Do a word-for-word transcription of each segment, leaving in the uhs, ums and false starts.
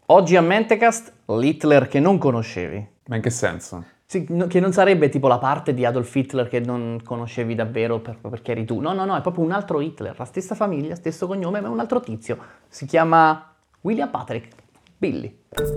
Oggi a Mentecast, l'Hitler che non conoscevi. Ma in che senso? Sì, no, che non sarebbe tipo la parte di Adolf Hitler che non conoscevi davvero per, perché eri tu. No, no, no, è proprio un altro Hitler, la stessa famiglia, stesso cognome, ma è un altro tizio. Si chiama William Patrick Billy.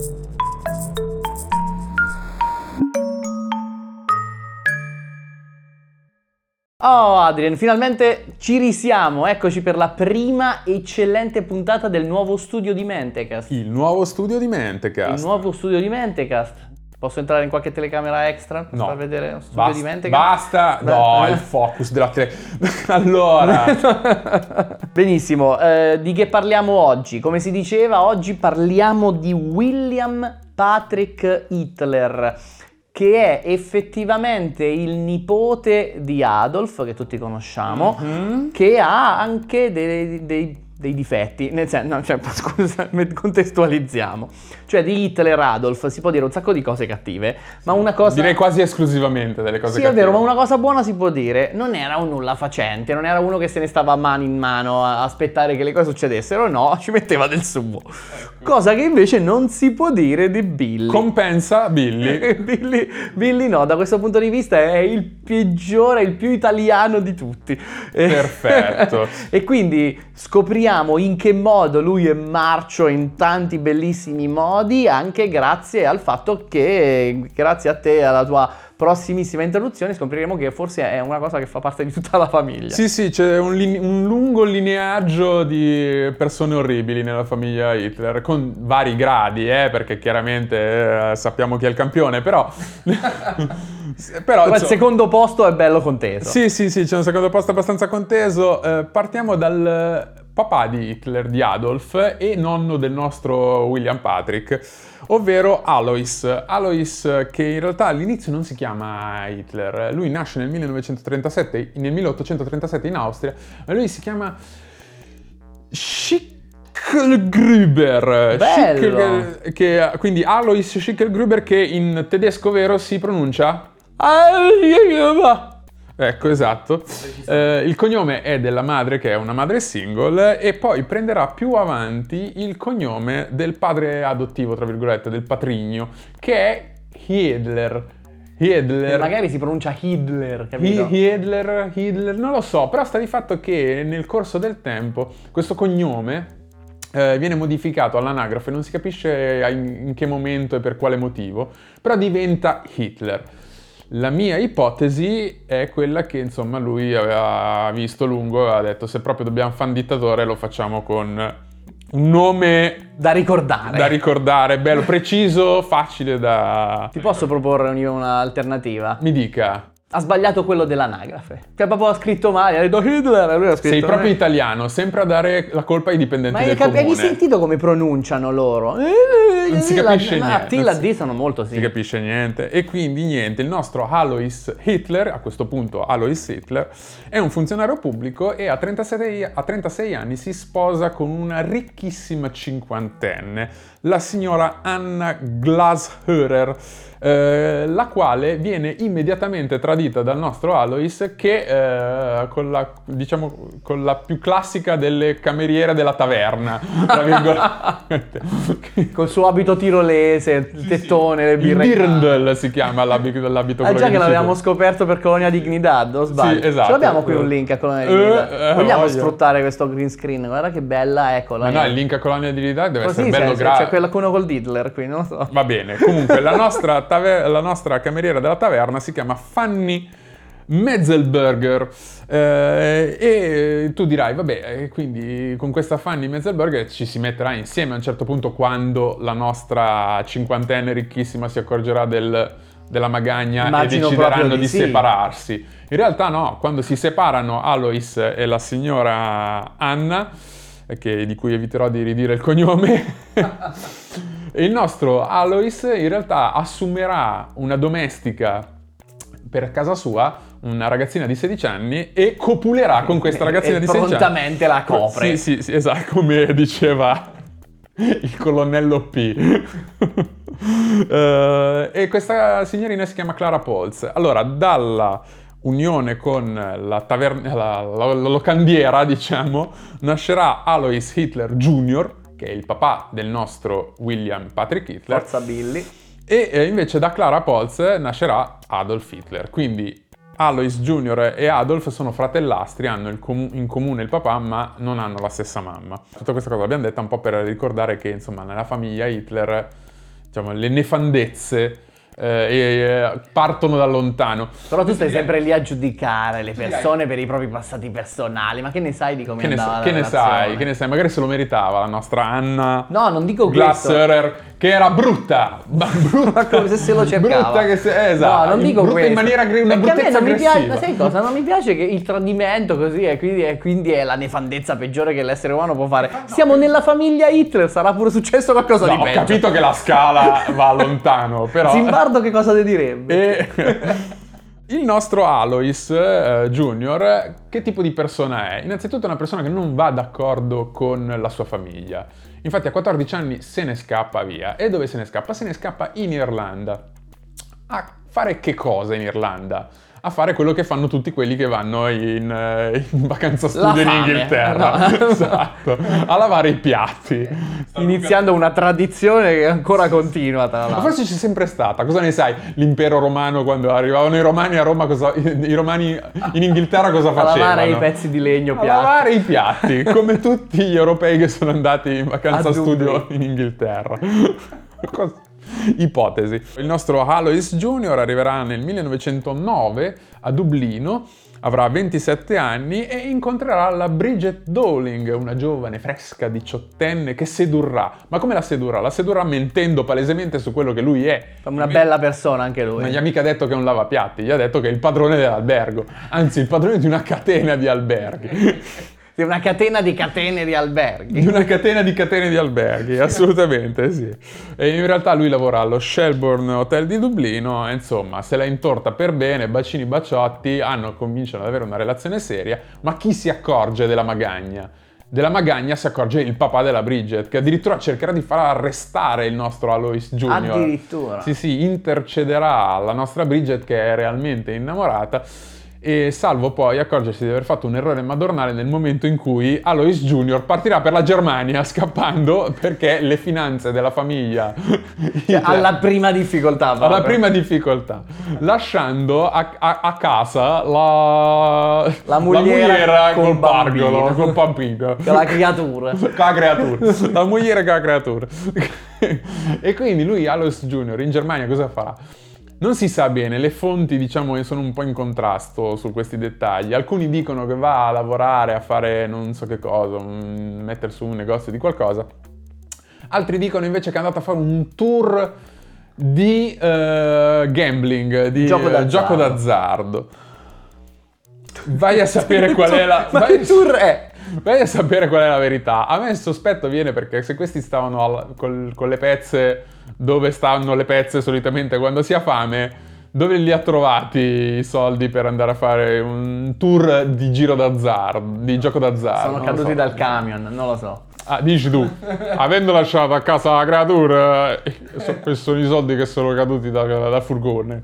Oh Adrian, finalmente ci risiamo, eccoci per la prima eccellente puntata del nuovo studio di Mentecast. Il nuovo studio di Mentecast. Il nuovo studio di Mentecast. Posso entrare in qualche telecamera extra per no. far vedere lo studio basta, di Mentecast? Basta, Beh, no, eh. il focus della tele... Allora... Benissimo, eh, di che parliamo oggi? Come si diceva, oggi parliamo di William Patrick Hitler, che è effettivamente il nipote di Adolf, che tutti conosciamo, mm-hmm. che ha anche dei, dei, dei difetti, nel senso, no, cioè, scusa, contestualizziamo. Cioè di Hitler Adolf si può dire un sacco di cose cattive, ma una cosa... Direi quasi esclusivamente delle cose sì, cattive. Sì, è vero, ma una cosa buona si può dire, non era un nulla facente, non era uno che se ne stava a mano in mano a aspettare che le cose succedessero, no, ci metteva del suo. Cosa che invece non si può dire di Billy. Compensa Billy. Billy. Billy no, da questo punto di vista è il peggiore, il più italiano di tutti. Perfetto. E quindi scopriamo in che modo lui è marcio in tanti bellissimi modi, anche grazie al fatto che, grazie a te e alla tua prossimissima introduzione, scopriremo che forse è una cosa che fa parte di tutta la famiglia. Sì, sì, c'è un, line- un lungo lineaggio di persone orribili nella famiglia Hitler, con vari gradi, eh, perché chiaramente eh, sappiamo chi è il campione, però... però il secondo posto è bello conteso. Sì, sì, sì, c'è un secondo posto abbastanza conteso. Eh, partiamo dal papà di Hitler, di Adolf, e nonno del nostro William Patrick, ovvero Alois. Alois, che in realtà all'inizio non si chiama Hitler, lui nasce nel millenovecentotrentasette, nel milleottocentotrentasette in Austria, ma lui si chiama Schicklgruber. Bello! Schick, che, quindi Alois Schicklgruber, che in tedesco vero si pronuncia... Ecco, esatto. Eh, il cognome è della madre, che è una madre single, e poi prenderà più avanti il cognome del padre adottivo, tra virgolette, del patrigno, che è Hitler. Hitler. Magari si pronuncia Hitler, capito? Hitler, Hitler, non lo so, però sta di fatto che nel corso del tempo questo cognome eh, viene modificato all'anagrafe, non si capisce in, in che momento e per quale motivo, però diventa Hitler. La mia ipotesi è quella che, insomma, lui aveva visto lungo e ha detto: se proprio dobbiamo fare un dittatore lo facciamo con un nome da ricordare. Da ricordare, bello, preciso, facile da... Ti posso proporre un'alternativa? Mi dica. Ha sbagliato quello dell'anagrafe. Che proprio ha scritto male, ha detto Hitler, lui ha scritto... Sei proprio italiano, sempre a dare la colpa ai dipendenti ma del cap- comune. Ma hai sentito come pronunciano loro? Non si capisce la, niente. A T la D sono molto sì. Non si capisce niente. E quindi niente, il nostro Alois Hitler, a questo punto Alois Hitler, è un funzionario pubblico e a trentasei, a trentasei anni si sposa con una ricchissima cinquantenne, la signora Anna Glashörer, eh, la quale viene immediatamente tradita dal nostro Alois, che eh, con la, diciamo, con la più classica delle cameriere della taverna, tra virgolette. Col suo abito tirolese, il tettone, le birre. Il Dirndl si chiama l'abito, l'abito Ah, già che, che l'avevamo tu. scoperto per Colonia Dignidad, o sbaglio? Sì, esatto. Ce l'abbiamo qui un link a Colonia Dignidad. Eh, eh, Vogliamo voglio. sfruttare questo green screen? Guarda che bella è Colonia. Ma no, il link a Colonia Dignidad deve Così essere bello c'è, grave. C'è quella con col Hitler qui, non lo so. Va bene, comunque la nostra, taver- la nostra cameriera della taverna si chiama Fanny Metzelberger, eh, e tu dirai, vabbè, quindi con questa Fanny Metzelberger ci si metterà insieme a un certo punto, quando la nostra cinquantenne ricchissima si accorgerà del, della magagna. Immagino, e decideranno di, di sì. separarsi. In realtà no, quando si separano Alois e la signora Anna, che, di cui eviterò di ridire il cognome, il nostro Alois in realtà assumerà una domestica per casa sua, una ragazzina di sedici anni, e copulerà con questa ragazzina di sedici anni. E prontamente la copre. Sì, sì, sì, esatto, come diceva il colonnello P. uh, e questa signorina si chiama Clara Polz. Allora, dalla unione con la taverna, la, la, la locandiera, diciamo, nascerà Alois Hitler Junior, che è il papà del nostro William Patrick Hitler. Forza Billy. E eh, invece da Clara Polz nascerà Adolf Hitler. Quindi Alois Junior e Adolf sono fratellastri, hanno il com- in comune il papà, ma non hanno la stessa mamma. Tutta questa cosa l'abbiamo detta un po' per ricordare che, insomma, nella famiglia Hitler, diciamo, le nefandezze eh, eh, partono da lontano. Però tu stai sempre lì a giudicare le persone per i propri passati personali, ma che ne sai di come Che ne, andava sa- la che ne relazione? sai, che ne sai, magari se lo meritava la nostra Anna No, non dico Glasser, che era brutta, ma brutta, come se se lo cercava. brutta che se, eh, esatto, No, non dico brutta questo. in maniera aggre- una Perché a me bruttezza non mi piace, aggressiva. ma sai cosa? Non mi piace che il tradimento così è, quindi è, quindi è la nefandezza peggiore che l'essere umano può fare. Siamo nella famiglia Hitler, sarà pure successo qualcosa No, di ho peggio. capito che la scala va lontano, però Zimbardo che cosa ti direbbe? E il nostro Alois eh, Junior, che tipo di persona è? Innanzitutto è una persona che non va d'accordo con la sua famiglia. Infatti a quattordici anni se ne scappa via. E dove se ne scappa? Se ne scappa in Irlanda. A fare che cosa in Irlanda? A fare quello che fanno tutti quelli che vanno in, eh, in vacanza studio in fame. Inghilterra. No. Esatto. A lavare i piatti. Iniziando una tradizione che ancora continua, tra Ma l'altro. forse c'è sempre stata, cosa ne sai? L'impero romano, quando arrivavano i romani a Roma, cosa, i romani in Inghilterra cosa A facevano? lavare i pezzi di legno A piatti. lavare i piatti, come tutti gli europei che sono andati in vacanza A studio Dublino. in Inghilterra. Cosa- Ipotesi. Il nostro Alois Junior arriverà nel millenovecentonove a Dublino, avrà ventisette anni e incontrerà la Bridget Dowling, una giovane, fresca, diciottenne che sedurrà. Ma come la sedurrà? La sedurrà mentendo palesemente su quello che lui è. Una bella persona anche lui. Non gli ha mica detto che è un lavapiatti, gli ha detto che è il padrone dell'albergo, anzi il padrone di una catena di alberghi. Di una catena di catene di alberghi. Di una catena di catene di alberghi, assolutamente sì. E in realtà lui lavora allo Shelbourne Hotel di Dublino, e insomma se la intorta per bene, bacini baciotti, hanno, cominciano ad avere una relazione seria, ma chi si accorge della magagna? Della magagna si accorge il papà della Bridget, che addirittura cercherà di far arrestare il nostro Alois Junior. Addirittura. Sì, sì, intercederà alla nostra Bridget che è realmente innamorata, e salvo poi accorgersi di aver fatto un errore madornale nel momento in cui Alois Junior partirà per la Germania scappando perché le finanze della famiglia Hitler- Alla prima difficoltà. proprio. alla prima difficoltà, lasciando a, a- a casa la, La mogliera col col pargolo, bambino. col bambino. Con la creatura. Con la creatura. La mogliera con la creatura. E quindi lui, Alois Junior, in Germania cosa farà? Non si sa bene, le fonti diciamo sono un po' in contrasto su questi dettagli. Alcuni dicono che va a lavorare, a fare non so che cosa, un- mettere su un negozio di qualcosa. Altri dicono invece che è andato a fare un tour di eh, gambling, di Gioco eh, d'azzardo. gioco d'azzardo. Vai a sapere qual è la... Ma vai- il tour è... Vai a sapere qual è la verità. A me il sospetto viene perché se questi stavano al- col- con le pezze dove stanno le pezze solitamente quando si ha fame, dove li ha trovati i soldi per andare a fare un tour di giro d'azzardo, di gioco d'azzardo? Sono Non lo caduti so. dal camion, non lo so. Ah, dici tu, avendo lasciato a casa la creatura, eh, so- questi sono i soldi che sono caduti da- dal furgone.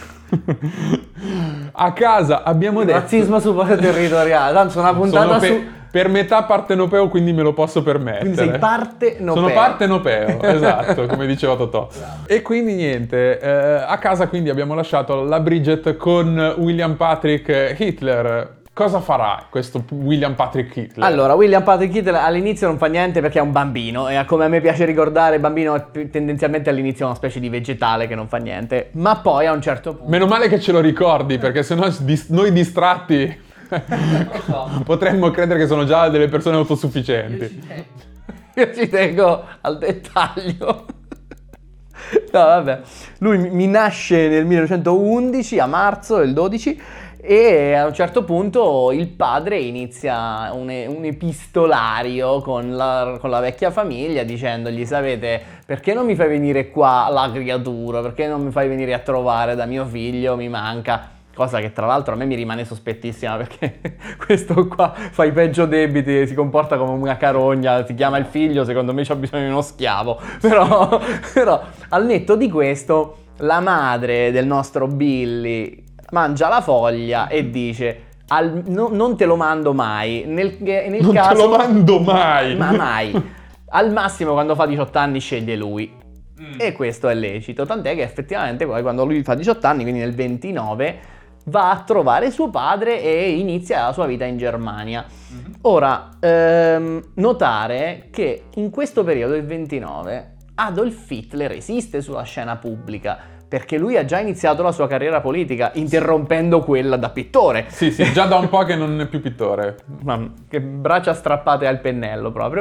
A casa abbiamo detto... Razzismo territoriale, tanto una puntata Sono pe- su... per metà partenopeo, quindi me lo posso permettere. Quindi sei parte nopeo. Sono parte nopeo, esatto, come diceva Totò. E quindi niente, eh, a casa quindi abbiamo lasciato la Bridget con William Patrick Hitler. Cosa farà questo William Patrick Hitler? Allora, William Patrick Hitler all'inizio non fa niente perché è un bambino e come a me piace ricordare, il bambino è più- tendenzialmente all'inizio è una specie di vegetale che non fa niente, ma poi a un certo punto... Meno male che ce lo ricordi, perché sennò dis- noi distratti potremmo credere che sono già delle persone autosufficienti. Io ci tengo al dettaglio. No, vabbè. Lui mi- mi nasce nel millenovecentoundici, a marzo del dodici, e a un certo punto il padre inizia un, e- un epistolario con la, con la vecchia famiglia dicendogli: sapete, perché non mi fai venire qua la creatura? Perché non mi fai venire a trovare da mio figlio? Mi manca. Cosa che tra l'altro a me mi rimane sospettissima perché questo qua fa i peggio debiti, si comporta come una carogna, ti chiama il figlio, secondo me c'ha bisogno di uno schiavo. Però, però al netto di questo, la madre del nostro Billy mangia la foglia e dice: Al- no- non te lo mando mai. Nel, nel Non caso, te lo mando mai. Ma mai. Al massimo quando fa diciotto anni sceglie lui. Mm. E questo è lecito, tant'è che effettivamente poi quando lui fa diciotto anni, quindi nel ventinove, va a trovare suo padre e inizia la sua vita in Germania. Mm-hmm. Ora, ehm, notare che in questo periodo, il ventinove, Adolf Hitler esiste sulla scena pubblica, perché lui ha già iniziato la sua carriera politica, interrompendo quella da pittore. Sì, sì, già da un po' che non è più pittore. Mamma, che braccia strappate al pennello proprio.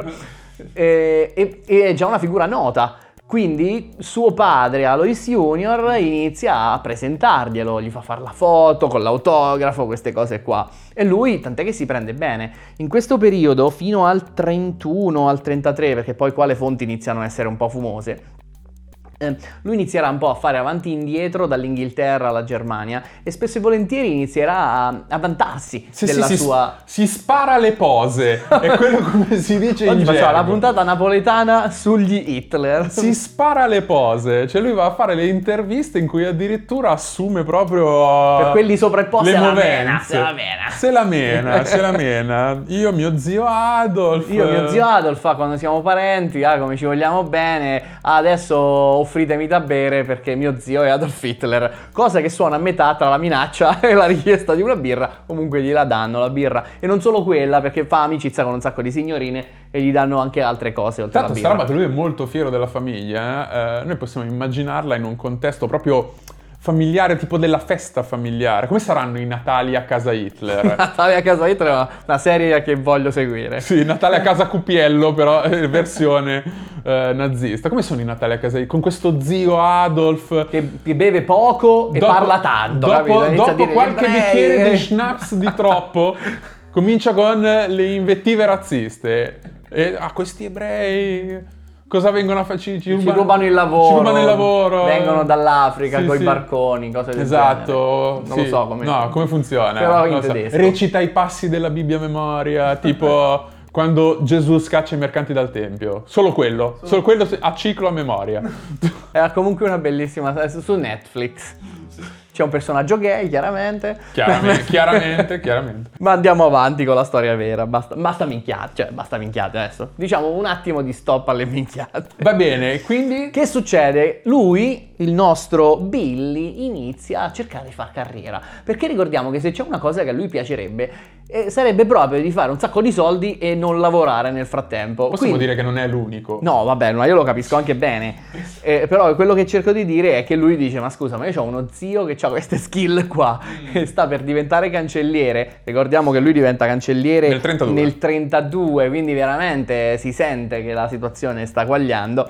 E, e, e è già una figura nota. Quindi suo padre Alois Junior inizia a presentarglielo, gli fa fare la foto con l'autografo, queste cose qua. E lui, tant'è che si prende bene. In questo periodo, fino al trentuno, al trentatré, perché poi qua le fonti iniziano a essere un po' fumose, Eh, lui inizierà un po' a fare avanti e indietro dall'Inghilterra alla Germania e spesso e volentieri inizierà a, a vantarsi Sì, della sì, sua... Si, si spara le pose, è quello come si dice Oggi in facciamo la gergo. puntata napoletana sugli Hitler. Si spara le pose, cioè lui va a fare le interviste in cui addirittura assume proprio Per quelli sovrapposti le alla movenze. mena, se la mena. Se la mena, se la mena. Io, mio zio Adolf. Io, mio zio Adolf, fa quando siamo parenti, ah, come ci vogliamo bene, ah, adesso offritemi da bere perché mio zio è Adolf Hitler, cosa che suona a metà tra la minaccia e la richiesta di una birra. Comunque gliela danno la birra, e non solo quella, perché fa amicizia con un sacco di signorine e gli danno anche altre cose oltre Tanto alla sta birra. roba che lui è molto fiero della famiglia, eh, noi possiamo immaginarla in un contesto proprio familiare, tipo della festa familiare. Come saranno i Natali a casa Hitler? Natale a casa Hitler è una, una serie che voglio seguire. Sì, Natale a casa Cupiello, però eh, versione eh, nazista. Come sono i Natali a casa Hitler? Con questo zio Adolf Che, che beve poco e dopo- parla tanto, Dopo, capito? Inizia a dopo dire qualche gli bicchiere ebrei. di schnapps di troppo, comincia con le invettive razziste. E a questi ebrei cosa vengono a fare? Ci, ci, Ci rubano il lavoro, Ci rubano il lavoro. vengono dall'Africa Sì, coi sì. barconi, cose del Esatto, genere. Non sì. lo so come. No, come funziona. Però Non in lo so. tedesco. Recita i passi della Bibbia a memoria, tipo quando Gesù scaccia i mercanti dal tempio. Solo quello, solo quello a ciclo a memoria. Era comunque una bellissima su Netflix. C'è un personaggio gay, chiaramente. Chiaramente, chiaramente, chiaramente. Ma andiamo avanti con la storia vera. Basta, basta minchiate, cioè basta minchiate adesso. Diciamo un attimo di stop alle minchiate. Va bene, quindi Che succede? Lui, il nostro Billy, inizia a cercare di fare carriera. Perché ricordiamo che se c'è una cosa che a lui piacerebbe, eh, sarebbe proprio di fare un sacco di soldi e non lavorare nel frattempo. possiamo Quindi- dire che non è l'unico. No, vabbè, ma io lo capisco anche bene. Eh, però quello che cerco di dire è che lui dice: ma scusa, ma io ho uno zio che ha queste skill qua e sta per diventare cancelliere. Ricordiamo che lui diventa cancelliere Nel trentadue. nel trentadue, quindi veramente si sente che la situazione sta quagliando.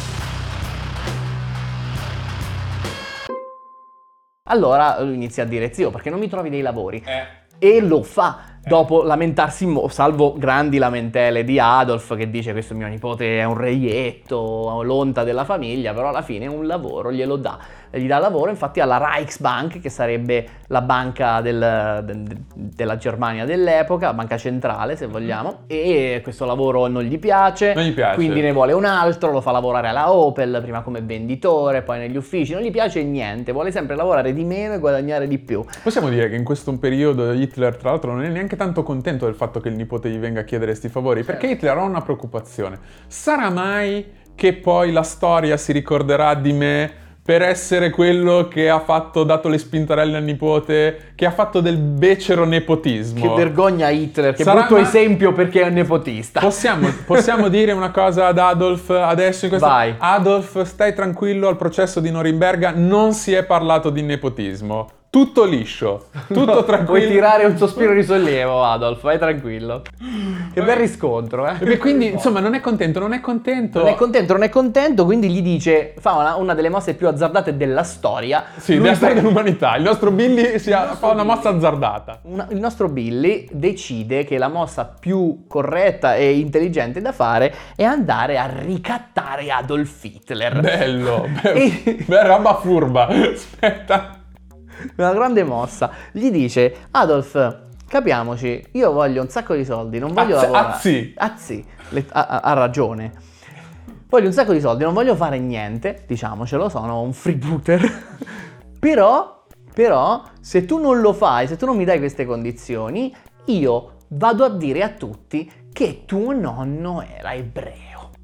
Allora lui inizia a dire: zio, perché non mi trovi dei lavori? Eh. E lo fa dopo lamentarsi, mo- salvo grandi lamentele di Adolf che dice questo mio nipote è un reietto, l'onta della famiglia, però alla fine un lavoro glielo dà, gli dà lavoro infatti alla Reichsbank, che sarebbe la banca del- de- della Germania dell'epoca, banca centrale se vogliamo, e questo lavoro non gli piace, Non gli piace. quindi ne vuole un altro, lo fa lavorare alla Opel, prima come venditore, poi negli uffici, non gli piace niente, vuole sempre lavorare di meno e guadagnare di più. Possiamo dire che in questo periodo Hitler, tra l'altro, non è neanche tanto contento del fatto che il nipote gli venga a chiedere sti favori, perché Hitler ha una preoccupazione. Sarà mai che poi la storia si ricorderà di me per essere quello che ha fatto, dato le spintarelle al nipote, che ha fatto del becero nepotismo? Che vergogna Hitler, che Sarà brutto ma- esempio perché è un nepotista. Possiamo, possiamo dire una cosa ad Adolf adesso in questa... Vai. Adolf, stai tranquillo, al processo di Norimberga non si è parlato di nepotismo. Tutto liscio, tutto tranquillo. Puoi tirare un sospiro di sollievo, Adolf, vai tranquillo. Che bel riscontro, eh. E quindi, insomma, non è contento, non è contento. Non è contento, non è contento, quindi gli dice, fa una, una delle mosse più azzardate della storia. Sì, Lui della storia pre- dell'umanità. Il nostro Billy si ha- fa una mossa azzardata. una- il nostro Billy decide che la mossa più corretta e intelligente da fare è andare a ricattare Adolf Hitler. Bello, be- E- beh, roba furba. Aspetta. Una grande mossa. Gli dice: Adolf, capiamoci, io voglio un sacco di soldi, non voglio Azz- lavorare. azzi. Azzi, le- ha, ha- ha ragione. Voglio un sacco di soldi, non voglio fare niente, diciamocelo, sono un freebooter. però, però, se tu non lo fai, se tu non mi dai queste condizioni, io vado a dire a tutti che tuo nonno era ebreo.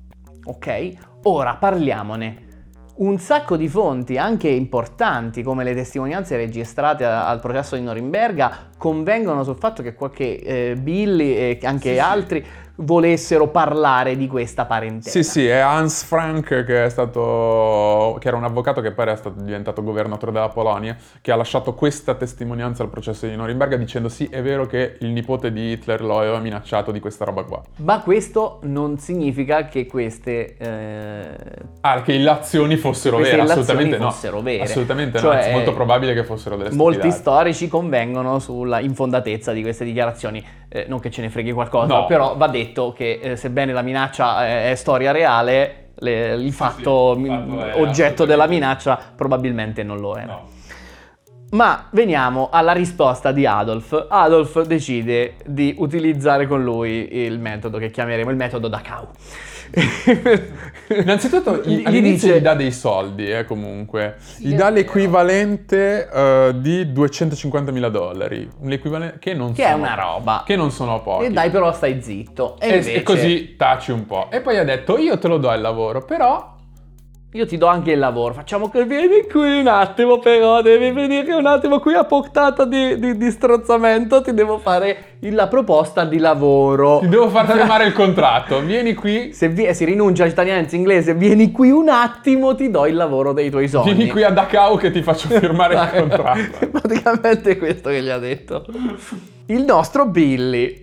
Ok? Ora parliamone. Un sacco di fonti, anche importanti, come le testimonianze registrate a- al processo di Norimberga, convengono sul fatto che qualche eh, Billy e anche Sì, altri sì. volessero parlare di questa parentela. Sì, sì, è Hans Frank che è stato, che era un avvocato che poi è stato diventato governatore della Polonia, che ha lasciato questa testimonianza al processo di Norimberga dicendo sì, è vero che il nipote di Hitler lo aveva minacciato di questa roba qua. Ma questo non significa che queste, eh, Ah, che le azioni fossero queste vere, illazioni assolutamente no. fossero vere. Assolutamente no, Cioè, è molto probabile che fossero delle molti stupidate. storici convengono sulla infondatezza di queste dichiarazioni, eh, non che ce ne freghi qualcosa, No. però va detto che eh, sebbene la minaccia è, è storia reale, le- il fatto, sì, il fatto mh, è oggetto assolutamente- della minaccia probabilmente non lo era. No. Ma veniamo alla risposta di Adolf. Adolf decide di utilizzare con lui il metodo che chiameremo il metodo Dachau. Innanzitutto Gli- gli, gli all'inizio dice- gli dà dei soldi, eh, comunque. Gli è dà vero. l'equivalente eh, di duecentocinquantamila dollari, un equivalente che non Che è sono, una roba. che non sono pochi. E dai, però stai zitto. E, E, invece e così taci un po'. E poi ha detto io te lo do il lavoro, però io ti do anche il lavoro. Facciamo che vieni qui un attimo, però devi venire un attimo qui a portata di, di, di strozzamento. Ti devo fare la proposta di lavoro. ti devo far firmare il contratto. Vieni qui, Se vi- si rinuncia a cittadinanza inglese, vieni qui un attimo, ti do il lavoro dei tuoi sogni. vieni qui a Dachau che ti faccio firmare il contratto. Praticamente è questo che gli ha detto. Il nostro Billy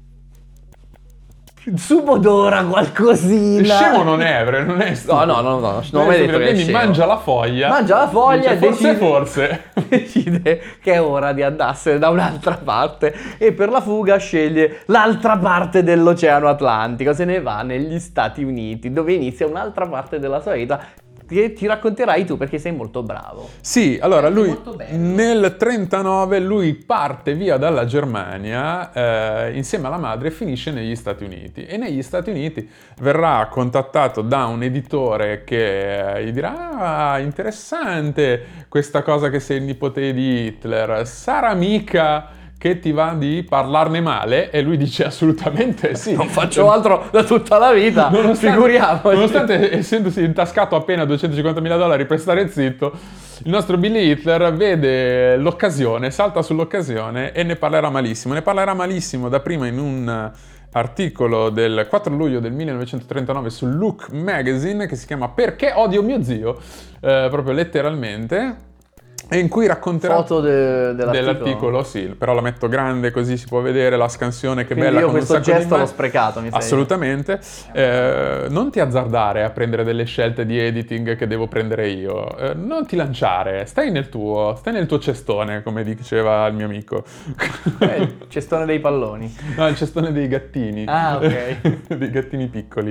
subodora qualcosina. Scemo non è, Evre, non è No, stupido. no, no, no, non ho Non mai è detto stupido, che è quindi scemo. mangia la foglia. Mangia la foglia dice, e forse decide, forse. decide che è ora di andarsene da un'altra parte e per la fuga sceglie l'altra parte dell'Oceano Atlantico, se ne va negli Stati Uniti, dove inizia un'altra parte della sua vita che ti racconterai tu perché sei molto bravo. Sì, allora È lui molto bello. nel trentanove lui parte via dalla Germania eh, insieme alla madre e finisce negli Stati Uniti e negli Stati Uniti verrà contattato da un editore che eh, gli dirà ah, interessante questa cosa che sei il nipote di Hitler, sarà mica che ti va di parlarne male? E lui dice assolutamente sì. Non faccio altro da tutta la vita, figuriamoci. Nonostante essendosi intascato appena duecentocinquantamila dollari per stare zitto, il nostro Billy Hitler vede l'occasione, salta sull'occasione e ne parlerà malissimo. Ne parlerà malissimo dapprima in un articolo del quattro luglio del millenovecentotrentanove su Look Magazine che si chiama Perché odio mio zio, eh, proprio letteralmente. E in cui racconterà Foto de- dell'articolo. dell'articolo, sì, però la metto grande così si può vedere la scansione che Quindi bella io con un questo sacco di gesto l'ho immagini. sprecato, mi sa. Assolutamente. Eh, non ti azzardare a prendere delle scelte di editing che devo prendere io. Eh, non ti lanciare, stai nel tuo, stai nel tuo cestone, come diceva il mio amico. Eh, il cestone dei palloni. No, il cestone dei gattini. Ah, ok. Dei gattini piccoli.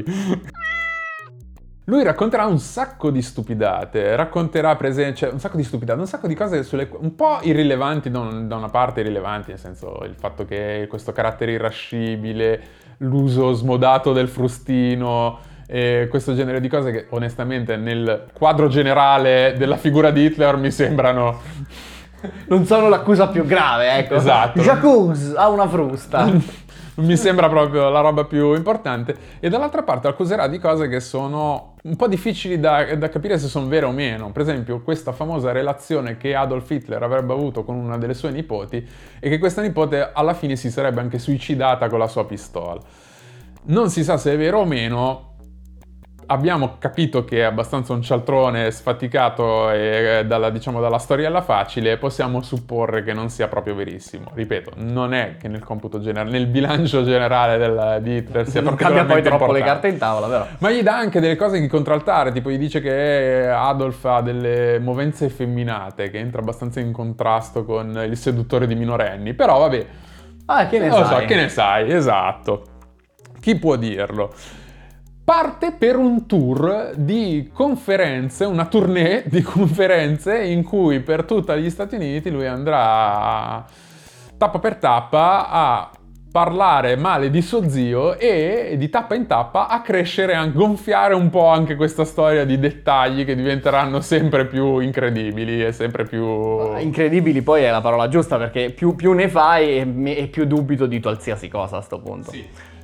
Lui racconterà un sacco di stupidate, racconterà per esempio, cioè, un sacco di stupidate, un sacco di cose sulle, un po' irrilevanti da, un- da una parte, irrilevanti nel senso il fatto che questo carattere irascibile, l'uso smodato del frustino, e questo genere di cose che onestamente nel quadro generale della figura di Hitler mi sembrano... Non sono l'accusa più grave, ecco. Esatto. Jacques ha una frusta. Mi sembra proprio la roba più importante. E dall'altra parte accuserà di cose che sono un po' difficili da, da capire se sono vere o meno. Per esempio, questa famosa relazione che Adolf Hitler avrebbe avuto con una delle sue nipoti e che questa nipote alla fine si sarebbe anche suicidata con la sua pistola. Non si sa se è vero o meno. Abbiamo capito che è abbastanza un cialtrone sfaticato e dalla, diciamo, dalla storiella facile, possiamo supporre che non sia proprio verissimo. Ripeto, non è che nel computo generale, nel bilancio generale del, di Hitler sia Non cambia poi particolarmente troppo le importante. carte in tavola, però. Ma gli dà anche delle cose di contraltare, tipo gli dice che Adolf ha delle movenze effeminate, che entra abbastanza in contrasto con il seduttore di minorenni, però vabbè, Ah, che ne non lo sai? so, che ne sai, esatto. Chi può dirlo? Parte per un tour di conferenze, una tournée di conferenze in cui per tutti gli Stati Uniti lui andrà tappa per tappa a parlare male di suo zio e di tappa in tappa a crescere, a gonfiare un po' anche questa storia di dettagli che diventeranno sempre più incredibili e sempre più... Incredibili poi è la parola giusta perché più, più ne fai e, me- e più dubito di qualsiasi cosa a sto punto. Sì.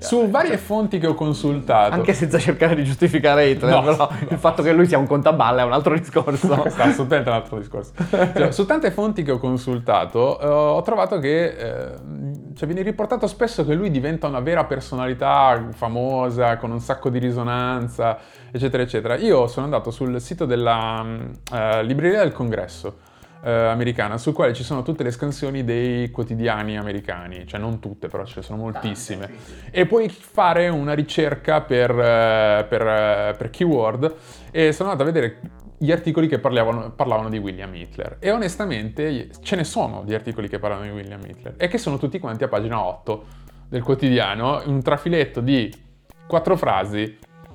Su varie fonti che ho consultato. Anche senza cercare di giustificare Hitler, No, però no. il fatto che lui sia un contaballe è un altro discorso. Questo è assolutamente un altro discorso. Cioè, su tante fonti che ho consultato eh, ho trovato che eh, cioè, viene riportato spesso che lui diventa una vera personalità famosa, con un sacco di risonanza, eccetera, eccetera. Io sono andato sul sito della eh, Libreria del Congresso eh, americana, sul quale ci sono tutte le scansioni dei quotidiani americani, cioè non tutte, però ce ne sono moltissime. Tante, sì, sì. E puoi fare una ricerca per, eh, per, eh, per keyword, e sono andato a vedere gli articoli che parlavano, parlavano di William Hitler, e onestamente ce ne sono di articoli che parlano di William Hitler e che sono tutti quanti a pagina otto del quotidiano, un trafiletto di quattro frasi,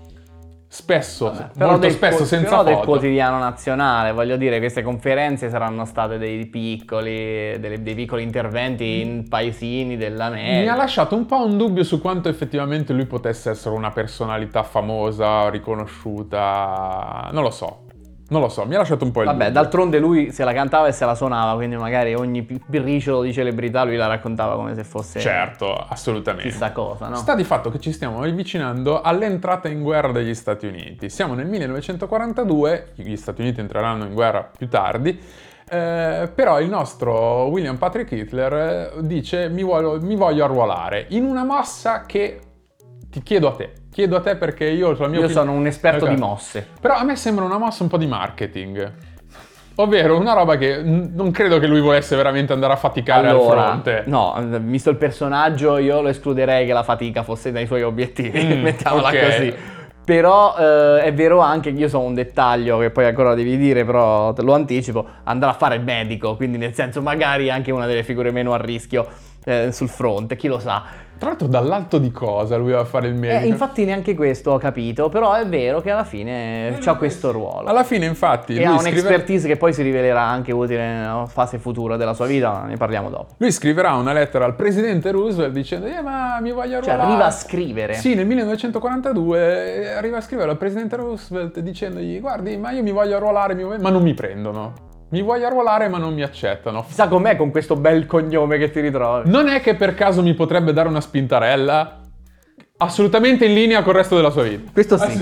spesso, Vabbè, però molto del, spesso senza però del foto. quotidiano nazionale, voglio dire, queste conferenze saranno state dei piccoli, delle- dei piccoli interventi in paesini dell'America. Mi ha lasciato un po' un dubbio su quanto effettivamente lui potesse essere una personalità famosa, riconosciuta, non lo so. Non lo so, mi ha lasciato un po' il Vabbè, dubbio. d'altronde lui se la cantava e se la suonava, quindi magari ogni pi- briciolo di celebrità lui la raccontava come se fosse Certo, assolutamente. chissà cosa, no? Sta di fatto che ci stiamo avvicinando all'entrata in guerra degli Stati Uniti. Siamo nel millenovecentoquarantadue, gli Stati Uniti entreranno in guerra più tardi, eh, però il nostro William Patrick Hitler eh, dice mi voglio, mi voglio arruolare in una mossa che ti chiedo a te. Chiedo a te perché io... La mia Io opinione- sono un esperto Ok. di mosse. Però a me sembra una mossa un po' di marketing. Ovvero una roba che n- non credo che lui volesse veramente andare a faticare al Allora, fronte. no, visto il personaggio io lo escluderei che la fatica fosse dai suoi obiettivi, Mm, mettiamola ok. così. Però eh, è vero anche che io so un dettaglio che poi ancora devi dire, però te lo anticipo, andrà a fare il medico, quindi nel senso magari anche una delle figure meno a rischio eh, sul fronte, chi lo sa. Tra l'altro dall'alto di cosa lui va a fare il medico? Eh, infatti neanche questo ho capito, però è vero che alla fine c'ha questo ruolo. Alla fine infatti E lui, ha scrive- un'expertise che poi si rivelerà anche utile nella fase futura della sua vita, ne parliamo dopo. lui scriverà una lettera al presidente Roosevelt dicendo eh ma mi voglio Cioè arruolare. arriva a scrivere. Sì, nel millenovecentoquarantadue eh, arriva a scrivere al presidente Roosevelt dicendogli guardi ma io mi voglio arruolare, mi voglio- ma non mi prendono. Mi voglio arruolare ma non mi accettano. Chissà com'è con questo bel cognome che ti ritrovi. Non è che per caso mi potrebbe dare una spintarella? Assolutamente in linea col resto della sua vita. Questo sì.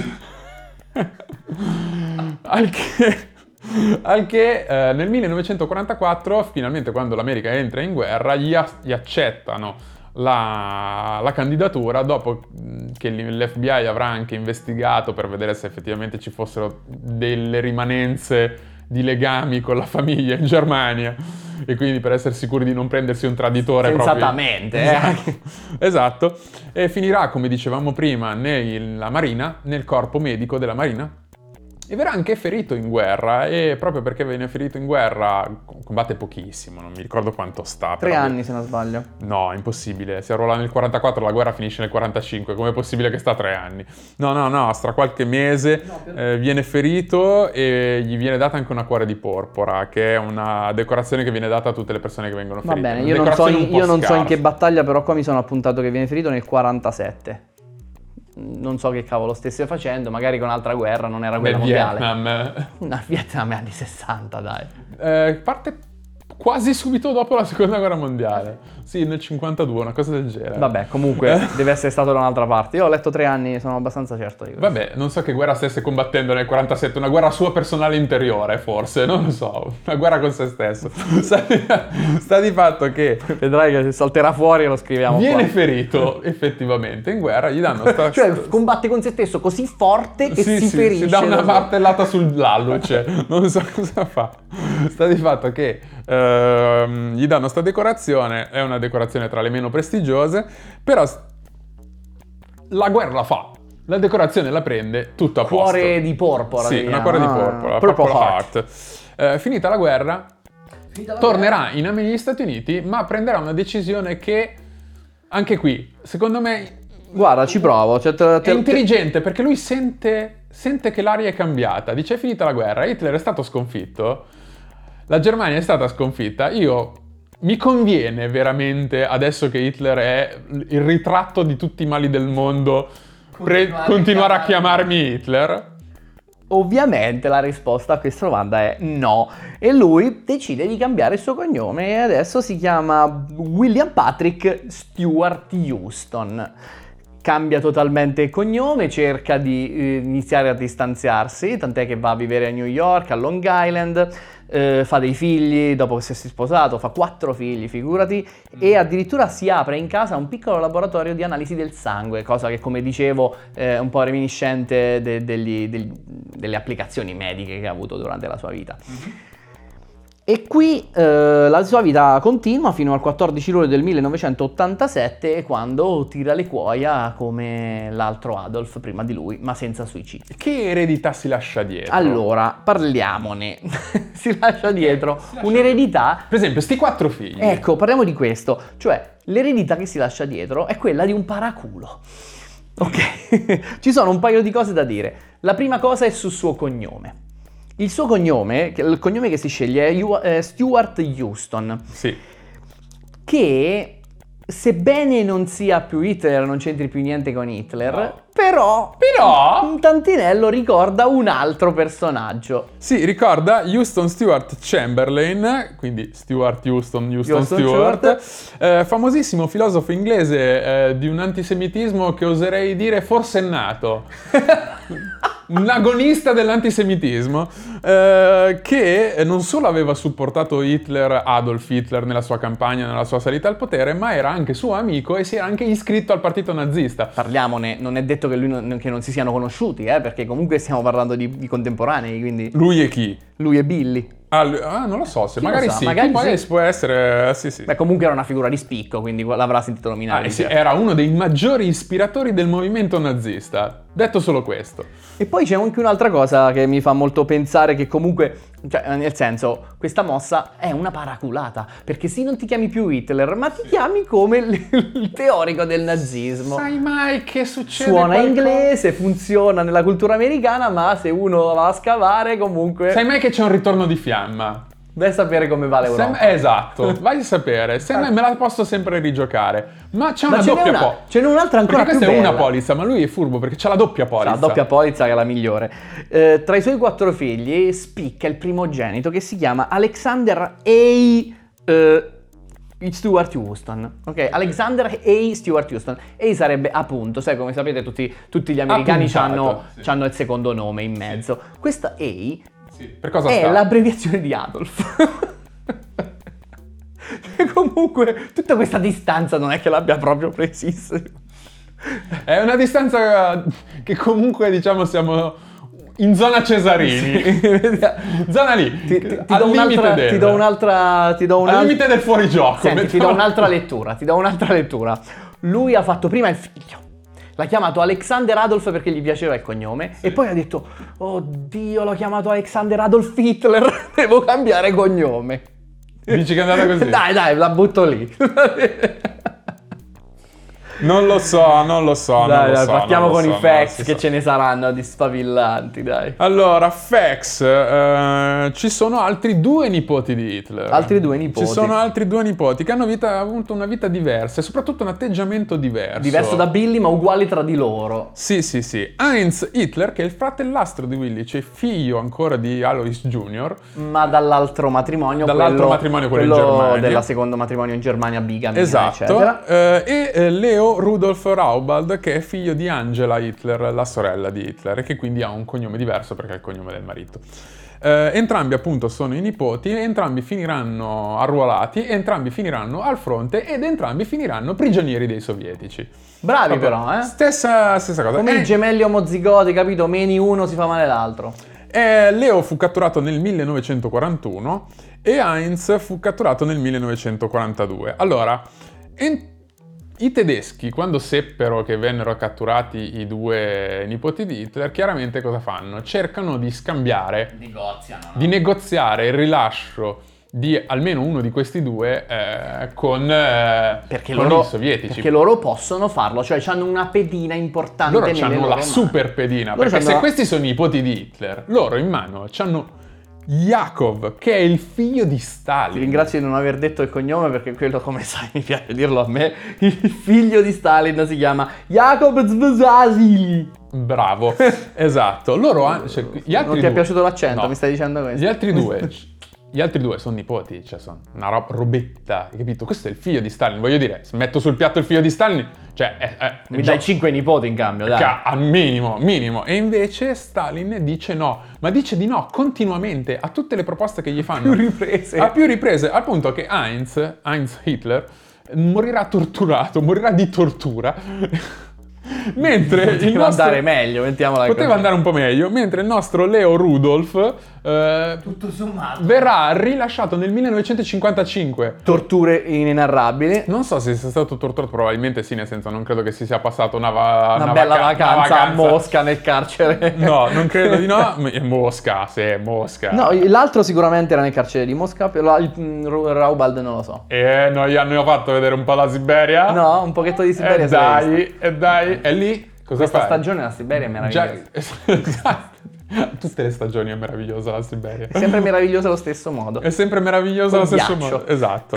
Al che, al che eh, nel millenovecentoquarantaquattro, finalmente quando l'America entra in guerra, gli, a- gli accettano la, la candidatura dopo mh, che l'F B I avrà anche investigato per vedere se effettivamente ci fossero delle rimanenze di legami con la famiglia in Germania e quindi per essere sicuri di non prendersi un traditore Sensatamente, proprio. eh. Esatto. Esatto. E finirà, come dicevamo prima, nella Marina, nel corpo medico della Marina, e verrà anche ferito in guerra, e proprio perché viene ferito in guerra combatte pochissimo, non mi ricordo quanto sta. Tre però- anni se non sbaglio. No, è impossibile. Si arruola nel quarantaquattro, la guerra finisce nel quarantacinque. Com'è possibile che sta tre anni? No, no, no, tra qualche mese eh, viene ferito e gli viene data anche una cuore di porpora, che è una decorazione che viene data a tutte le persone che vengono Va ferite. bene, Una io non, so decorazione in, un po' io non so in che scarsa. battaglia, però qua mi sono appuntato che viene ferito nel quarantasette. Non so che cavolo stesse facendo, magari con altra guerra, non era quella Nel mondiale. Vietnam. No, il Vietnam è anni sessanta, dai. Eh, parte quasi subito dopo la seconda guerra mondiale. Sì, nel cinquantadue, una cosa del genere. Vabbè, comunque deve essere stato da un'altra parte. Io ho letto tre anni, sono abbastanza certo di questo. Vabbè, non so che guerra stesse combattendo nel quarantasette, una guerra sua personale interiore, forse, non lo so, una guerra con se stesso. sta, di, sta di fatto che Vedrai che salterà fuori e lo scriviamo viene qua. ferito effettivamente in guerra, gli danno sta... Cioè, combatte con se stesso così forte che sì, si sì, ferisce. si dà una da- martellata sull'alluce, non so cosa fa. Sta di fatto che ehm, gli danno sta decorazione, è una decorazione tra le meno prestigiose, però s- la guerra la fa. La decorazione la prende tutto a posto. Cuore di porpora. Sì, si una chiama. cuore di Ah, porpora, Purple Purple Heart. Heart. Eh, finita la guerra, tornerà in negli Stati Uniti, ma prenderà una decisione che, anche qui, secondo me, Guarda, ci provo. Cioè, te- è te- intelligente, perché lui sente, sente che l'aria è cambiata. Dice: è finita la guerra, Hitler è stato sconfitto, la Germania è stata sconfitta, io... mi conviene veramente, adesso che Hitler è il ritratto di tutti i mali del mondo, pre- Continuare a continuare a chiamarmi- chiamarmi Hitler? Ovviamente la risposta a questa domanda è no. E lui decide di cambiare il suo cognome e adesso si chiama William Patrick Stewart Houston. cambia totalmente il cognome, cerca di eh, iniziare a distanziarsi, tant'è che va a vivere a New York, a Long Island, eh, fa dei figli dopo che si è sposato, fa quattro figli, figurati, e addirittura si apre in casa un piccolo laboratorio di analisi del sangue, cosa che, come dicevo, è un po' reminiscente de- degli- degli- delle applicazioni mediche che ha avuto durante la sua vita. Mm-hmm. E qui eh, la sua vita continua fino al quattordici luglio del millenovecentottantasette, quando tira le cuoia come l'altro Adolf prima di lui, ma senza suicidio. Che eredità si lascia dietro? Allora, parliamone. si lascia dietro si lascia un'eredità... Per esempio, sti quattro figli. Ecco, parliamo di questo. Cioè, l'eredità che si lascia dietro è quella di un paraculo. Ok? Ci sono un paio di cose da dire. La prima cosa è sul suo cognome. Il suo cognome, il cognome che si sceglie è Stuart Houston. Sì. Che, sebbene non sia più Hitler, non c'entri più niente con Hitler, no. però, però un tantinello ricorda un altro personaggio. Sì, ricorda Houston Stuart Chamberlain, quindi Stuart Houston, Houston, Houston Stuart, Stuart. Eh, famosissimo filosofo inglese eh, di un antisemitismo che oserei dire forse nato. Un agonista dell'antisemitismo eh, che non solo aveva supportato Hitler, Adolf Hitler, nella sua campagna, nella sua salita al potere, ma era anche suo amico e si era anche iscritto al partito nazista. Parliamone, non è detto che, lui non, che non si siano conosciuti, eh, perché comunque stiamo parlando di, di contemporanei, quindi... Lui e chi? Lui e Billy. Ah, ah, non lo so, se Chi magari lo sa, sì, magari magari sì. può essere, sì sì. Beh, comunque era una figura di spicco, quindi l'avrà sentito nominare. Ah, sì, era uno dei maggiori ispiratori del movimento nazista, detto solo questo. E poi c'è anche un'altra cosa che mi fa molto pensare, che comunque, cioè, nel senso, questa mossa è una paraculata, perché sì, non ti chiami più Hitler, ma ti sì. chiami come il, il teorico del nazismo. Sai mai che succede? Suona qualcosa? Inglese, funziona nella cultura americana, ma se uno va a scavare comunque... Sai mai che c'è un ritorno di fiamma? Vai a sapere come va l'Europa. Sem- esatto, vai a sapere. Se me la posso sempre rigiocare. Ma c'è una ma doppia polizza. Ce n'è un'altra ancora perché più questa bella. è una polizza, ma lui è furbo perché c'ha la doppia polizza. C'ha la doppia polizza che è la migliore. Eh, tra i suoi quattro figli spicca il primogenito che si chiama Alexander A. Eh, Stuart Houston, ok? Alexander A. Stuart Houston. A sarebbe appunto, sai, come sapete tutti, tutti gli americani hanno sì. il secondo nome in mezzo. Sì. Questa A sì. Per cosa è sta? l'abbreviazione di Adolf. E comunque tutta questa distanza non è che l'abbia proprio precisissima. È una distanza che comunque diciamo siamo in zona Cesarini. Sì. Zona lì. Ti, ti, ti, do un'altra, del... ti do un'altra ti do un'altra al limite del fuorigioco. Senti, ti do un'altra lettura, ti do un'altra lettura. Lui ha fatto prima il figlio. L'ha chiamato Alexander Adolf perché gli piaceva il cognome, sì. E poi ha detto: oddio, l'ho chiamato Alexander Adolf Hitler, devo cambiare cognome. Dici che è andata così? Dai, dai, la butto lì. Non lo so, non lo so, dai, non lo dai, so. Partiamo con so, i facts che so. ce ne saranno di sfavillanti, dai. Allora, facts, eh, ci sono altri due nipoti di Hitler. Altri due nipoti. Ci sono altri due nipoti che hanno vita, avuto una vita diversa e soprattutto un atteggiamento diverso. Diverso da Billy, ma uguali tra di loro. Sì, sì, sì. Heinz Hitler, che è il fratellastro di Willy, cioè figlio ancora di Alois Junior Ma dall'altro matrimonio, dall'altro quello, matrimonio, quello, quello in Germania. Della secondo matrimonio in Germania, bigamia, esatto. eccetera. Eh, e eh, Leo Rudolf Raubald, che è figlio di Angela Hitler, la sorella di Hitler, e che quindi ha un cognome diverso perché è il cognome del marito. Eh, entrambi appunto sono i nipoti, entrambi finiranno arruolati, entrambi finiranno al fronte ed entrambi finiranno prigionieri dei sovietici. Bravi Proprio però, eh? Stessa, stessa cosa. Come eh, i gemelli omozigoti, capito? Meni uno si fa male l'altro. Eh, Leo fu catturato nel millenovecentoquarantuno e Heinz fu catturato nel millenovecentoquarantadue. Allora, in i tedeschi, quando seppero che vennero catturati i due nipoti di Hitler, chiaramente cosa fanno? Cercano di scambiare, negoziano, no? di negoziare il rilascio di almeno uno di questi due eh, con, eh, perché con loro, i sovietici. Perché loro possono farlo, cioè hanno una pedina importante. Loro nelle hanno loro la mani. super pedina, loro perché se la... questi sono i nipoti di Hitler, loro in mano hanno Yakov, che è il figlio di Stalin. Ti ringrazio di non aver detto il cognome perché quello, come sai, mi piace dirlo a me. Il figlio di Stalin si chiama Yakov Zvazili. Bravo, esatto. Loro hanno, cioè, gli altri non ti due, è piaciuto l'accento? no. Mi stai dicendo questo? Gli altri due Gli altri due sono nipoti, cioè sono una ro- robetta, hai capito? Questo è il figlio di Stalin, voglio dire, se metto sul piatto il figlio di Stalin, cioè... È, è, Mi dai cinque nipoti in cambio, dai. Ca- al minimo, minimo. E invece Stalin dice no, ma dice di no continuamente a tutte le proposte che gli fanno. Più riprese. A più riprese, al punto che Heinz, Heinz Hitler, morirà torturato, morirà di tortura. Mentre Poteva il nostro... andare meglio, mettiamola Poteva così. andare un po' meglio, mentre il nostro Leo Rudolph eh, Tutto sommato. verrà rilasciato nel millenovecentocinquantacinque. Torture inenarrabili. Non so se sia stato torturato, probabilmente sì, nel senso non credo che si sia passato una, va- Una, una bella vaca- vacanza, una a Mosca nel carcere. No, non credo di no. M- Mosca, sì, Mosca. No, l'altro sicuramente era nel carcere di Mosca, però il mm, Ru- Raubald non lo so. E non gli hanno fatto vedere un po' la Siberia? No, un pochetto di Siberia E se l'hai dai, e dai, è lì. Cosa Questa fai? stagione la Siberia è meravigliosa. Già- esatto. Tutte le stagioni è meravigliosa la Siberia. È sempre meravigliosa allo stesso modo. È sempre meravigliosa allo Col stesso ghiaccio. modo. Esatto.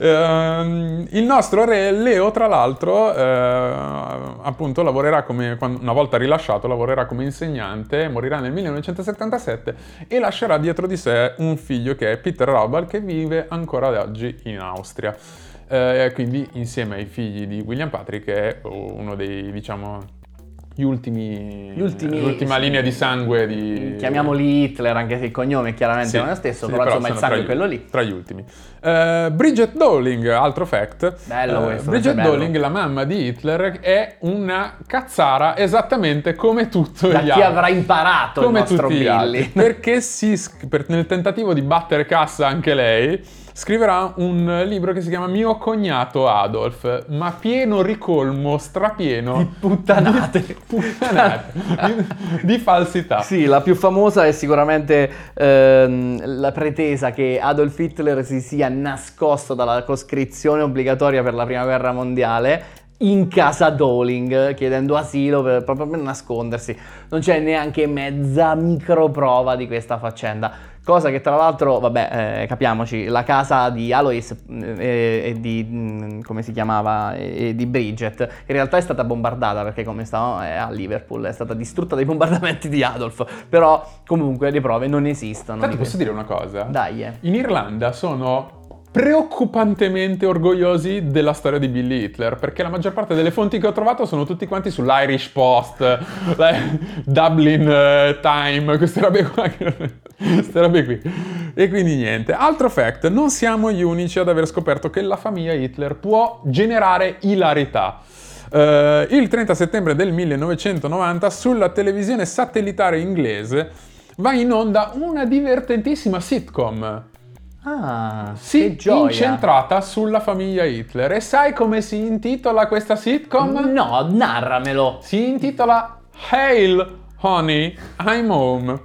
Ehm, il nostro re Leo, tra l'altro, eh, appunto lavorerà come, quando- una volta rilasciato, lavorerà come insegnante, morirà nel millenovecentosettantasette e lascerà dietro di sé un figlio che è Peter Raubal, che vive ancora ad oggi in Austria. Eh, quindi insieme ai figli di William Patrick è uno dei, diciamo, gli ultimi, Gli ultimi- l'ultima sì. linea di sangue di... Chiamiamoli Hitler, anche se il cognome chiaramente Sì, non è lo stesso, sì, però, insomma il sono sangue è tra gli- quello lì. Tra gli ultimi. Eh, Bridget Dowling, altro fact. Bello Eh, questo, Bridget questo è bello. Dowling, la mamma di Hitler, è una cazzara esattamente come tutto Da gli chi altri. avrà imparato Come il nostro tutti gli Billy. altri. Perché si, sc- per- nel tentativo di battere cassa anche lei, scriverà un libro che si chiama Mio cognato Adolf, ma pieno ricolmo, strapieno Di puttanate. di, puttanate, di, di falsità. Sì, la più famosa è sicuramente ehm, la pretesa che Adolf Hitler si sia nascosto dalla coscrizione obbligatoria per la prima guerra mondiale in casa Dowling, chiedendo asilo per, proprio per nascondersi. Non c'è neanche mezza microprova di questa faccenda. Cosa che tra l'altro, vabbè, eh, capiamoci, la casa di Alois eh, e di, mh, come si chiamava, e, e di Bridget, in realtà è stata bombardata perché come stavamo è a Liverpool, è stata distrutta dai bombardamenti di Adolf, però comunque le prove non esistono. Infatti di posso dire una cosa? Dai, eh. In Irlanda sono preoccupantemente orgogliosi della storia di Billy Hitler, perché la maggior parte delle fonti che ho trovato sono tutti quanti sull'Irish Post, la Dublin eh, Time, queste robe qua, queste robe qui. E quindi niente. Altro fact, non siamo gli unici ad aver scoperto che la famiglia Hitler può generare ilarità. Uh, il trenta settembre del millenovecentonovanta sulla televisione satellitare inglese va in onda una divertentissima sitcom. Ah, Sì, che gioia. incentrata sulla famiglia Hitler. E sai come si intitola questa sitcom? No, narramelo. Si intitola Hail, Honey, I'm Home.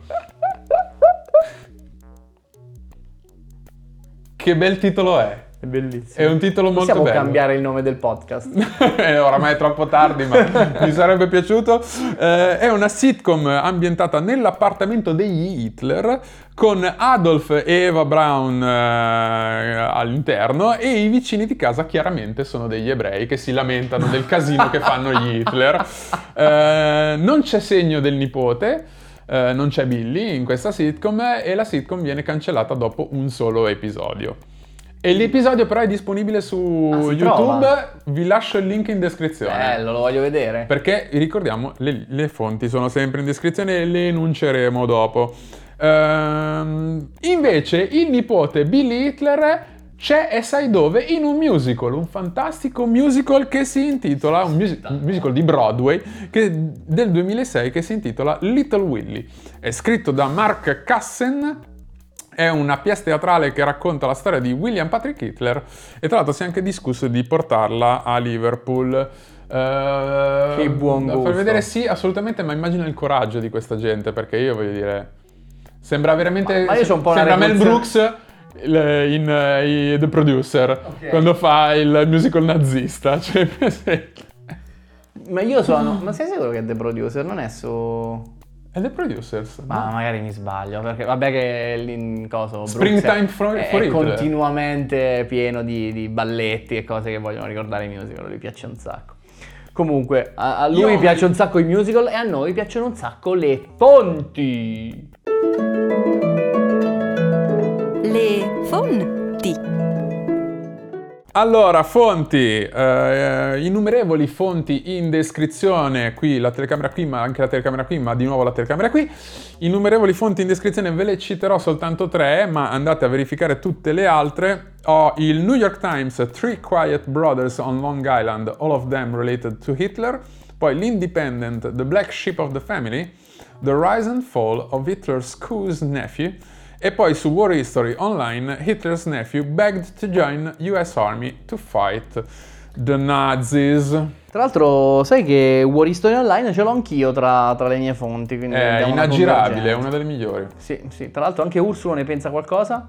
Che bel titolo è. È bellissimo. È un titolo molto Possiamo bello. cambiare il nome del podcast. Eh, oramai è troppo tardi, ma mi sarebbe piaciuto. Eh, è una sitcom ambientata nell'appartamento degli Hitler, con Adolf e Eva Braun eh, all'interno, e i vicini di casa chiaramente sono degli ebrei che si lamentano del casino che fanno gli Hitler. Eh, non c'è segno del nipote. Eh, non c'è Billy in questa sitcom, e la sitcom viene cancellata dopo un solo episodio. E l'episodio però è disponibile su Ah, si YouTube, trova? vi lascio il link in descrizione. Bello, lo voglio vedere. Perché, ricordiamo, le, le fonti sono sempre in descrizione e le enunceremo dopo. Ehm, invece il nipote Billy Hitler c'è, e sai dove? In un musical, un fantastico musical che si intitola, un, music- un musical di Broadway che, del duemilasei, che si intitola Little Willie. È scritto da Mark Cassen. È una pièce teatrale che racconta la storia di William Patrick Hitler, e tra l'altro si è anche discusso di portarla a Liverpool. Uh, Che buon da gusto. far vedere, sì, assolutamente, ma immagino il coraggio di questa gente, perché io voglio dire, sembra veramente, Ma- ma io c'ho un po' una sembra Mel repulsione- Brooks il- in uh, i- The Producer, Ok. quando fa il musical nazista, cioè presente. Ma io sono... Ma sei sicuro che è The Producer? Non è su... È The Producers, Ma no? magari mi sbaglio, perché vabbè che il coso Brooks Springtime è, for- è for Hitler. continuamente pieno di, di balletti e cose che vogliono ricordare i musical, lui piace un sacco. Comunque, a, a lui Io- piace un sacco i musical e a noi piacciono un sacco le fonti. Le Allora, fonti, eh, innumerevoli fonti in descrizione, qui la telecamera qui, ma anche la telecamera qui, ma di nuovo la telecamera qui. Innumerevoli fonti in descrizione, ve le citerò soltanto tre, ma andate a verificare tutte le altre. Ho il New York Times, Three Quiet Brothers on Long Island, all of them related to Hitler. Poi l'Independent, The Black Sheep of the Family, The Rise and Fall of Hitler's Cousin Nephew. E poi su War History Online, Hitler's nephew begged to join U S Army to fight the Nazis. Tra l'altro, sai che War History Online ce l'ho anch'io tra, tra le mie fonti. Quindi è inaggirabile, è una delle migliori. Sì, sì. Tra l'altro anche Ursulo ne pensa qualcosa?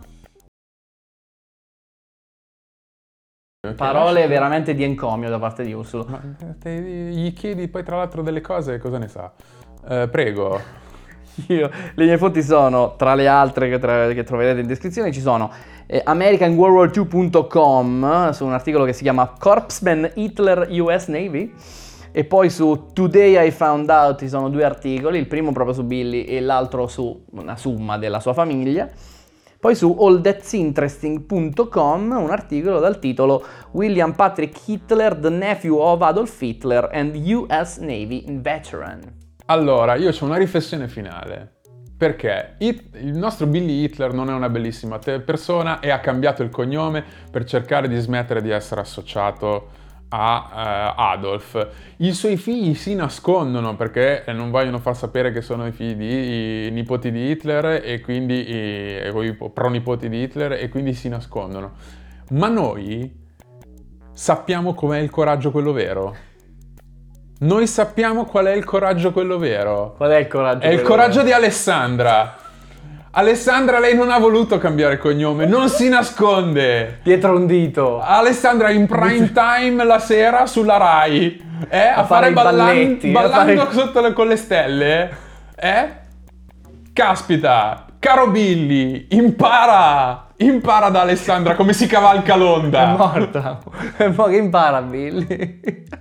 Okay, Parole lascia... veramente di encomio da parte di Ursulo. Ma te, gli chiedi poi tra l'altro delle cose, cosa ne sa? Uh, prego. Io, le mie fonti sono, tra le altre che, tra, che troverete in descrizione, ci sono eh, american world war two punto com su un articolo che si chiama Corpsman Hitler U S Navy, e poi su Today I Found Out ci sono due articoli, il primo proprio su Billy e l'altro su una summa della sua famiglia. Poi su all that's interesting punto com un articolo dal titolo William Patrick Hitler, the nephew of Adolf Hitler and U S Navy veteran. Allora, io ho una riflessione finale, perché il nostro Billy Hitler non è una bellissima persona e ha cambiato il cognome per cercare di smettere di essere associato a uh, Adolf. I suoi figli si nascondono perché non vogliono far sapere che sono i figli di i nipoti di Hitler e quindi i, i pronipoti di Hitler, e quindi si nascondono. Ma noi sappiamo com'è il coraggio quello vero. Noi sappiamo qual è il coraggio quello vero. Qual è il coraggio? È il coraggio vero di Alessandra. Alessandra, lei non ha voluto cambiare cognome, non si nasconde. Dietro un dito. Alessandra in prime time la sera sulla Rai, eh, a, a fare, fare ballan- balletti, ballando fare... sotto le, con le stelle, eh? Caspita, caro Billy, impara, impara da Alessandra come si cavalca l'onda. È morta. E poi che impara Billy?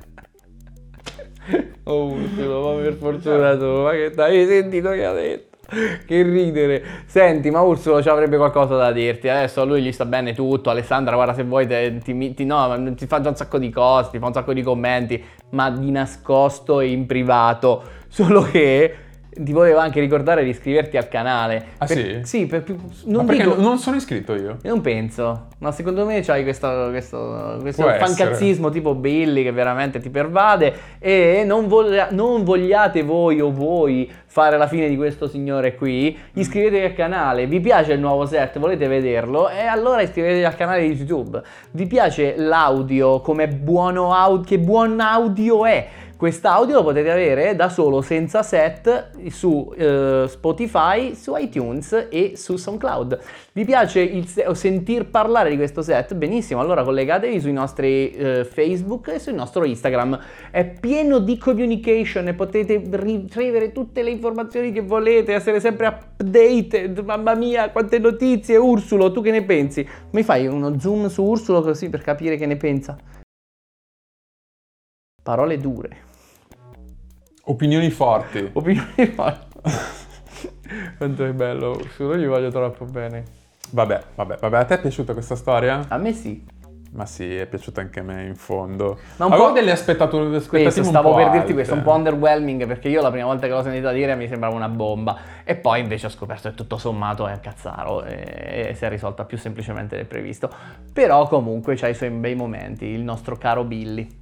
Oh, Ursulo, ma per fortuna tu, ma che hai sentito che ha detto? Che ridere. Senti, ma Ursulo ci avrebbe qualcosa da dirti. Adesso a lui gli sta bene tutto. Alessandra, guarda, se vuoi te, ti, ti, no, ti fa già un sacco di cose, ti fa un sacco di commenti, ma di nascosto e in privato. Solo che ti volevo anche ricordare di iscriverti al canale. Ah per, sì? Sì, per, non ma perché dico, non sono iscritto io? Io non penso. No, secondo me c'hai questo, questo, questo Può fancazzismo essere. Tipo Billy che veramente ti pervade, e non, voglia, non vogliate voi o voi fare la fine di questo signore qui. Iscrivetevi al canale. Vi piace il nuovo set? Volete vederlo? E allora iscrivetevi al canale di YouTube. Vi piace l'audio? Come buono audio? Che buon audio è? Quest'audio lo potete avere da solo, senza set, su eh, Spotify, su iTunes e su SoundCloud. Vi piace il se- sentir parlare di questo set? Benissimo, allora collegatevi sui nostri eh, Facebook e sul nostro Instagram. È pieno di communication e potete ricevere tutte le informazioni che volete, essere sempre updated. Mamma mia, quante notizie! Ursulo, tu che ne pensi? Mi fai uno zoom su Ursulo così per capire che ne pensa? Parole dure. Opinioni forti. Opinioni forti. Quanto è bello, Ursulo, gli voglio troppo bene. Vabbè, vabbè, vabbè, a te è piaciuta questa storia? A me sì. Ma sì, è piaciuta anche a me in fondo. Ma un Avevo po' delle aspettative, aspettative questo, un stavo po' per alte. dirti questo, un po' underwhelming, perché io la prima volta che l'ho sentita dire mi sembrava una bomba, e poi invece ho scoperto che tutto sommato è un cazzaro e, e si è risolta più semplicemente del previsto. Però comunque c'ha i suoi bei momenti, il nostro caro Billy.